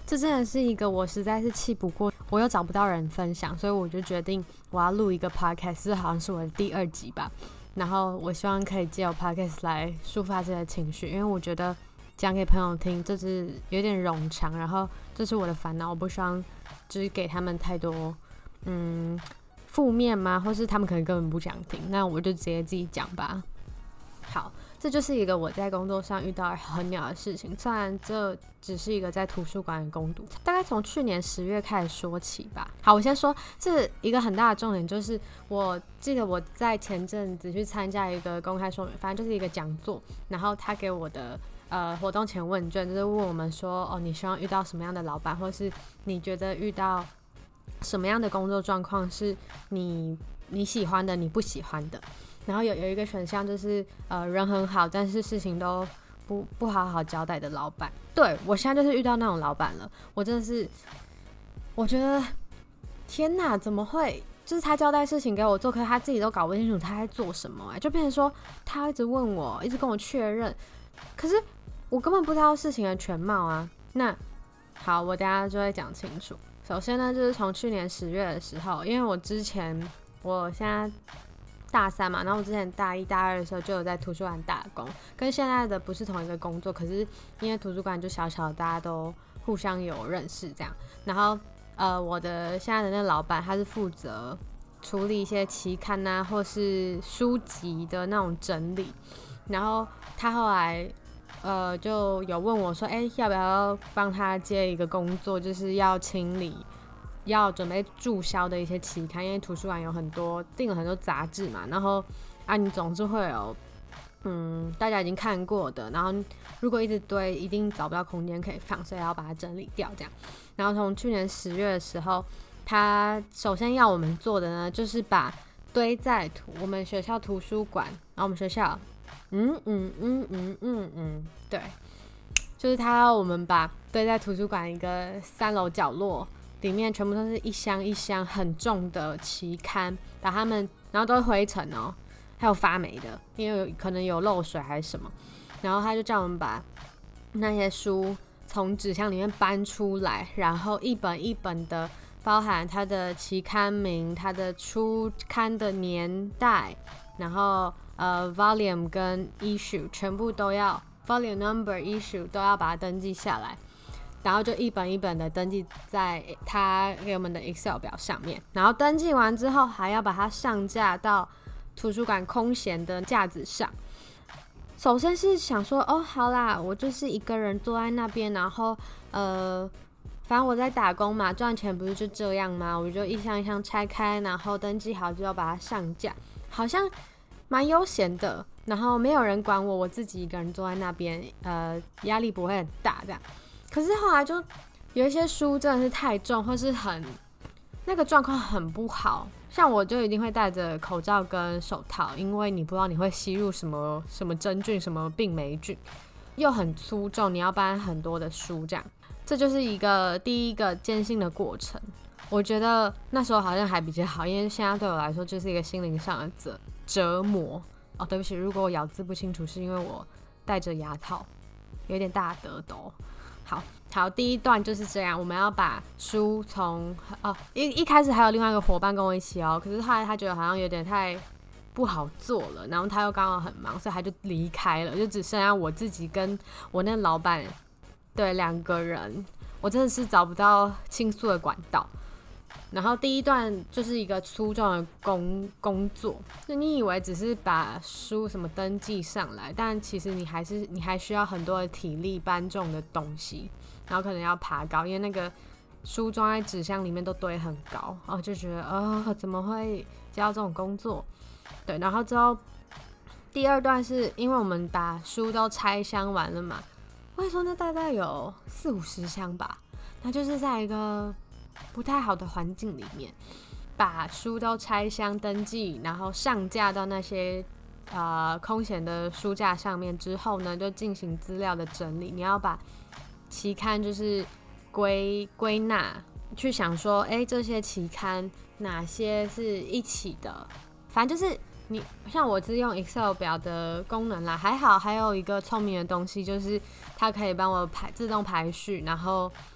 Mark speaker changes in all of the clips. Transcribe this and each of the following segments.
Speaker 1: 这真的是一个我实在是气不过，我又找不到人分享，所以我就决定我要录一个 podcast， 这好像是我的第2集吧。然后我希望可以借由 podcast 来抒发这些情绪，因为我觉得讲给朋友听这是有点冗长，然后这是我的烦恼，我不希望就是给他们太多负面吗，或是他们可能根本不想听，那我就直接自己讲吧。好，这就是一个我在工作上遇到很鸟的事情，虽然这只是一个在图书馆的工读，大概从去年10月开始说起吧。好，我先说这一个很大的重点，就是我记得我在前阵子去参加一个公开说明，反正就是一个讲座，然后他给我的活动前问卷就是问我们说，你希望遇到什么样的老板，或是你觉得遇到什么样的工作状况是你喜欢的，你不喜欢的。然后有一个选项就是人很好，但是事情都不好好交代的老板。对，我现在就是遇到那种老板了，我真的是我觉得天哪，怎么会就是他交代事情给我做，可是他自己都搞不清楚他在做什么，就变成说他一直问我，一直跟我确认，可是我根本不知道事情的全貌啊。那好，我等一下就会讲清楚。首先呢，就是从去年10月的时候，因为我现在大3嘛，然后我之前大1、大2的时候就有在图书馆打工，跟现在的不是同一个工作，可是因为图书馆就小小的，大家都互相有认识这样。然后我的现在的那个老板，他是负责处理一些期刊啊或是书籍的那种整理，然后他后来就有问我说，要不要帮他接一个工作，就是要清理要准备注销的一些期刊，因为图书馆有订了很多杂志嘛，然后你总是会有大家已经看过的，然后如果一直堆，一定找不到空间可以放，所以要把它整理掉这样。然后从去年10月的时候，他首先要我们做的呢，就是把堆在我们学校图书馆，然后我们学校对，就是他要我们把堆在图书馆一个3楼角落，里面全部都是一箱一箱很重的期刊，把它们，然后都是灰尘哦，还有发霉的，因为可能有漏水还是什么。然后他就叫我们把那些书从纸箱里面搬出来，然后一本一本的，包含它的期刊名、它的出刊的年代，然后volume 跟 issue 全部都要 volume number issue 都要把它登记下来。然后就一本一本的登记在他给我们的 Excel 表上面，然后登记完之后还要把它上架到图书馆空闲的架子上。首先是想说，好啦，我就是一个人坐在那边，然后反正我在打工嘛，赚钱不是就这样吗？我就一箱一箱拆开，然后登记好之后把它上架，好像蛮悠闲的，然后没有人管我，我自己一个人坐在那边，压力不会很大这样。可是后来就有一些书真的是太重，或是那个状况很不好，像我就一定会戴着口罩跟手套，因为你不知道你会吸入什么真菌、什么病霉菌，又很粗重，你要搬很多的书这样，这就是第一个艰辛的过程。我觉得那时候好像还比较好，因为现在对我来说就是一个心灵上的折磨。对不起，如果我咬字不清楚，是因为我戴着牙套，有点大得抖。好，第一段就是这样，我们要把书从一开始还有另外一个伙伴跟我一起可是后来他觉得好像有点太不好做了，然后他又刚好很忙，所以他就离开了，就只剩下我自己跟我那老板，对，2个人，我真的是找不到倾诉的管道。然后第一段就是一个粗重的工作，就你以为只是把书什么登记上来，但其实你还需要很多的体力搬重的东西，然后可能要爬高，因为那个书装在纸箱里面都堆很高，就觉得怎么会接到这种工作？对，然后之后第二段是因为我们把书都拆箱完了嘛，我说那大概有40-50箱吧，那就是在一个不太好的环境里面，把书都拆箱登记，然后上架到那些空闲的书架上面之后呢，就进行资料的整理。你要把期刊就是归纳，去想说，这些期刊哪些是一起的，反正就是你像我是用 Excel 表的功能啦，还好还有一个聪明的东西，就是它可以帮我自动排序，然后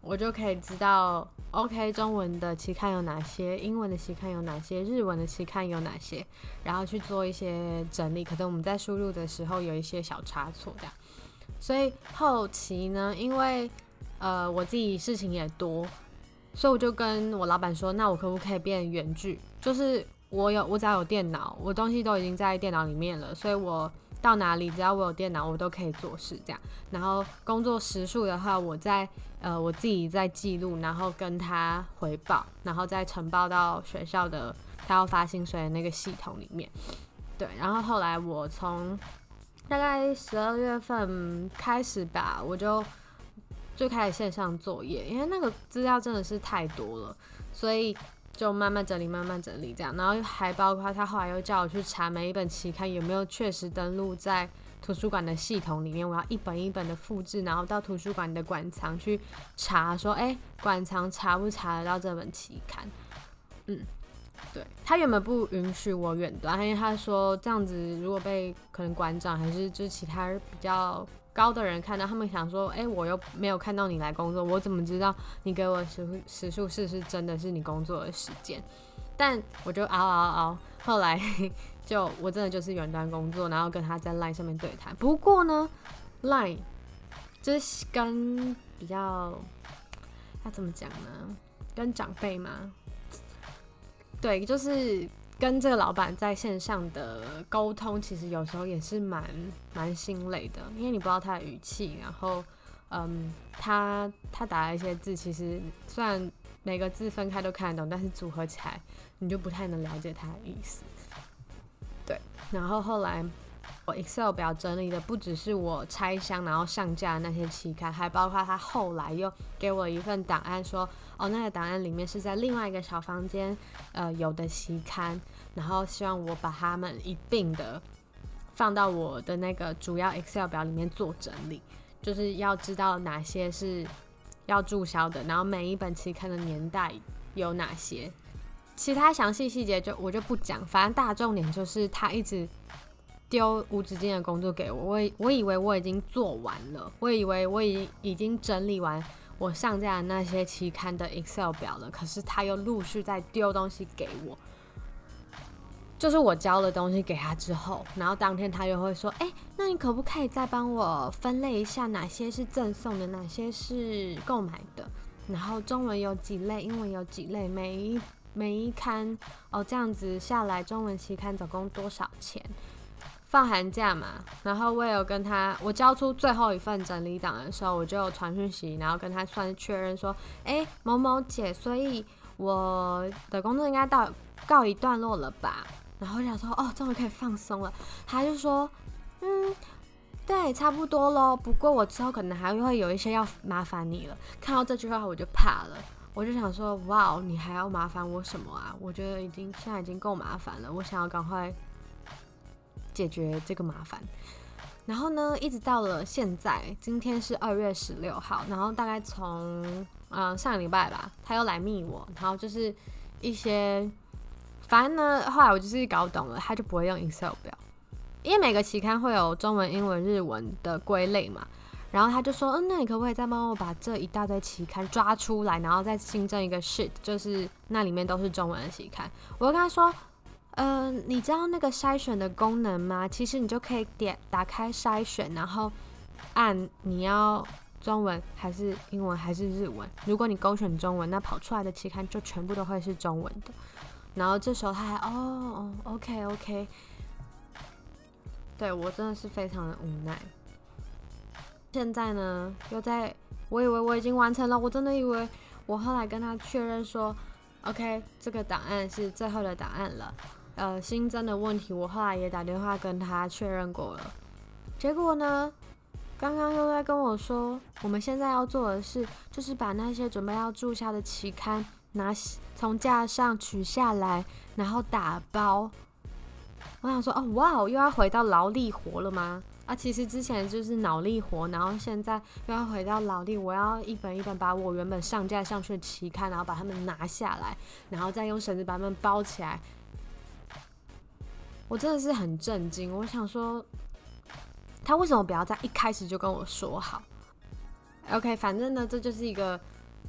Speaker 1: 我就可以知道 OK 中文的期刊有哪些，英文的期刊有哪些，日文的期刊有哪些，然后去做一些整理，可能我们在输入的时候有一些小差错这样。所以后期呢，因为我自己事情也多，所以我就跟我老板说，那我可不可以变远距，就是我只要有电脑，我东西都已经在电脑里面了，所以我到哪里只要我有电脑我都可以做事这样。然后工作时数的话，我自己在记录，然后跟他回报，然后再呈报到学校的他要发薪水的那个系统里面。对，然后后来我从大概12月份开始吧，我就开始线上作业，因为那个资料真的是太多了，所以就慢慢整理这样。然后还包括他后来又叫我去查每一本期刊有没有确实登录在图书馆的系统里面，我要一本一本的复制，然后到图书馆的馆藏去查说馆藏查不查得到这本期刊。对，他原本不允许我远端，因为他说这样子如果被可能馆长还是就是其他比较高的人看到，他们想说我又没有看到你来工作，我怎么知道你给我的时数是真的是你工作的时间？但我就熬，后来就我真的就是远端工作，然后跟他在 LINE 上面对谈。不过呢 LINE 就是跟比较要怎么讲呢，跟长辈嘛，对，就是跟这个老板在线上的沟通，其实有时候也是蛮心累的，因为你不知道他的语气，然后他打了一些字，其实虽然每个字分开都看得懂，但是组合起来你就不太能了解他的意思。对，然后后来我 Excel 表整理的不只是我拆箱然后上架的那些期刊，还包括他后来又给我一份档案说那个档案里面是在另外一个小房间有的期刊，然后希望我把它们一并的放到我的那个主要 Excel 表里面做整理，就是要知道哪些是要注销的，然后每一本期刊的年代有哪些，其他详细细节我就不讲，反正大重点就是他一直丢无止境的工作给我，我以为我已经做完了，我以为我已经整理完我上架的那些期刊的 Excel 表了，可是他又陆续在丢东西给我，就是我交了东西给他之后，然后当天他又会说那你可不可以再帮我分类一下哪些是赠送的，哪些是购买的，然后中文有几类，英文有几类，每一刊这样子下来中文期刊总共多少钱，放寒假嘛。然后我也有跟他，我交出最后一份整理档的时候，我就有传讯息，然后跟他算是确认说某某姐，所以我的工作应该告一段落了吧。然后我想说终于可以放松了。他就说对，差不多咯，不过我之后可能还会有一些要麻烦你了。看到这句话我就怕了，我就想说哇，你还要麻烦我什么啊？我觉得现在已经够麻烦了，我想要赶快解决这个麻烦。然后呢，一直到了现在，今天是2月16号，然后大概从上个礼拜吧，他又来密我，然后就是一些，反正呢，后来我就是搞懂了，他就不会用 Excel 表，因为每个期刊会有中文、英文、日文的归类嘛。然后他就说那你可不可以再帮我把这一大堆期刊抓出来，然后再新增一个 sheet， 就是那里面都是中文的期刊。我就跟他说你知道那个筛选的功能吗？其实你就可以打开筛选，然后按你要中文还是英文还是日文，如果你勾选中文，那跑出来的期刊就全部都会是中文的。然后这时候他还OK， 对，我真的是非常的无奈。现在呢我以为我已经完成了，我真的以为我后来跟他确认说 OK 这个档案是最后的档案了，新增的问题我后来也打电话跟他确认过了。结果呢刚刚又在跟我说我们现在要做的事就是把那些准备要注销的期刊从架上取下来，然后打包。我想说哇，又要回到劳力活了吗？其实之前就是脑力活，然后现在又要回到劳力，我要一本一本把我原本上架上去的期刊，然后把它们拿下来，然后再用绳子把它们包起来。我真的是很震惊，我想说他为什么不要在一开始就跟我说好？ OK， 反正呢这就是一个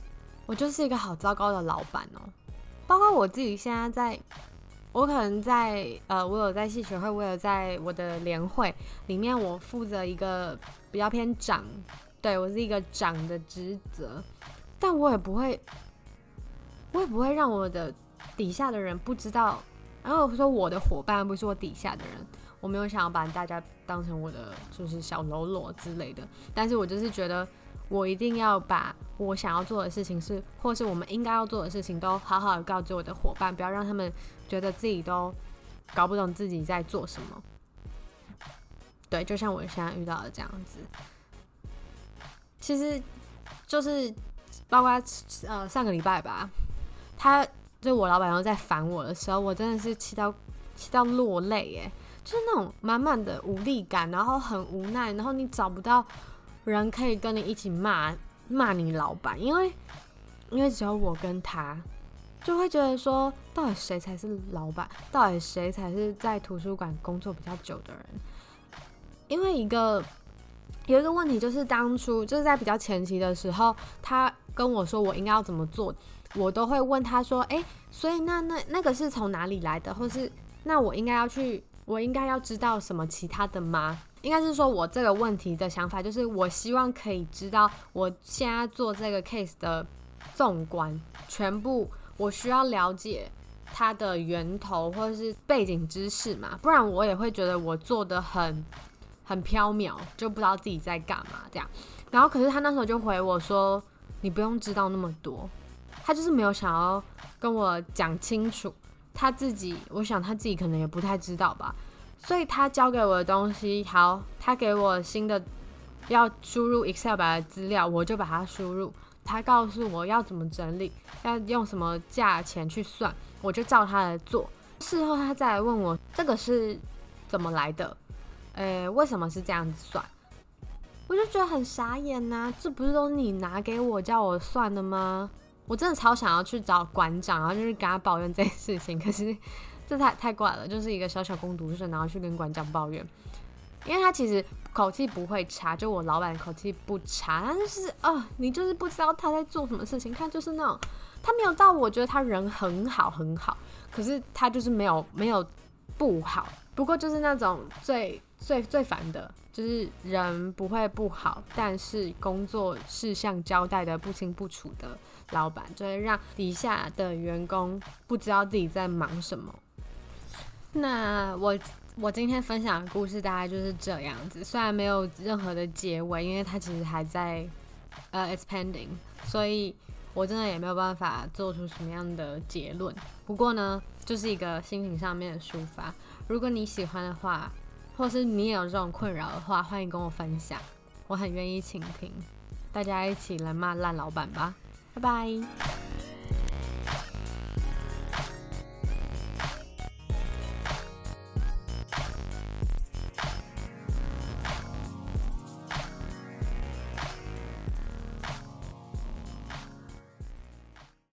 Speaker 1: 我就是一个好糟糕的老板哦。包括我自己现在我可能我有在系学会，我有在我的联会里面，我负责一个比较偏长，对，我是一个长的职责，但我也不会让我的底下的人不知道。然后我说我的伙伴不是我底下的人，我没有想要把大家当成我的就是小喽啰之类的，但是我就是觉得我一定要把我想要做的事情或是我们应该要做的事情都好好的告知我的伙伴，不要让他们觉得自己都搞不懂自己在做什么。对，就像我现在遇到的这样子，其实就是包括上个礼拜吧，就我老板又在烦我的时候，我真的是气到落泪耶，就是那种满满的无力感，然后很无奈，然后你找不到人可以跟你一起骂你老板，因为只有我跟他，就会觉得说，到底谁才是老板？到底谁才是在图书馆工作比较久的人？因为有一个问题，就是当初就是在比较前期的时候，他跟我说我应该要怎么做，我都会问他说，所以那个是从哪里来的，或是那我应该要知道什么其他的吗？应该是说我这个问题的想法就是，我希望可以知道我现在做这个 case 的纵观全部，我需要了解它的源头或者是背景知识嘛，不然我也会觉得我做的很缥缈，就不知道自己在干嘛这样。然后可是他那时候就回我说，你不用知道那么多，他就是没有想要跟我讲清楚，我想他自己可能也不太知道吧。所以他交给我的东西，好，他给我新的要输入 Excel 版的资料，我就把它输入。他告诉我要怎么整理，要用什么价钱去算，我就照他的做。事后他再来问我这个是怎么来的，为什么是这样子算？我就觉得很傻眼啊，这不是都是你拿给我叫我算的吗？我真的超想要去找馆长，然后就是跟他抱怨这件事情，可是这太怪了，就是一个小工读生，然后去跟馆长抱怨，因为他其实口气不会差，就我老板口气不差，但是你就是不知道他在做什么事情，他就是那种他没有到我觉得他人很好，可是他就是没有不好，不过就是那种最烦的，就是人不会不好，但是工作事项交代的不清不楚的老板，就会让底下的员工不知道自己在忙什么。那我今天分享的故事大概就是这样子，虽然没有任何的结尾，因为它其实还在it's pending， 所以我真的也没有办法做出什么样的结论。不过呢，就是一个心情上面的抒发。如果你喜欢的话，或是你也有这种困扰的话，欢迎跟我分享，我很愿意倾听。大家一起来骂烂老板吧，拜拜。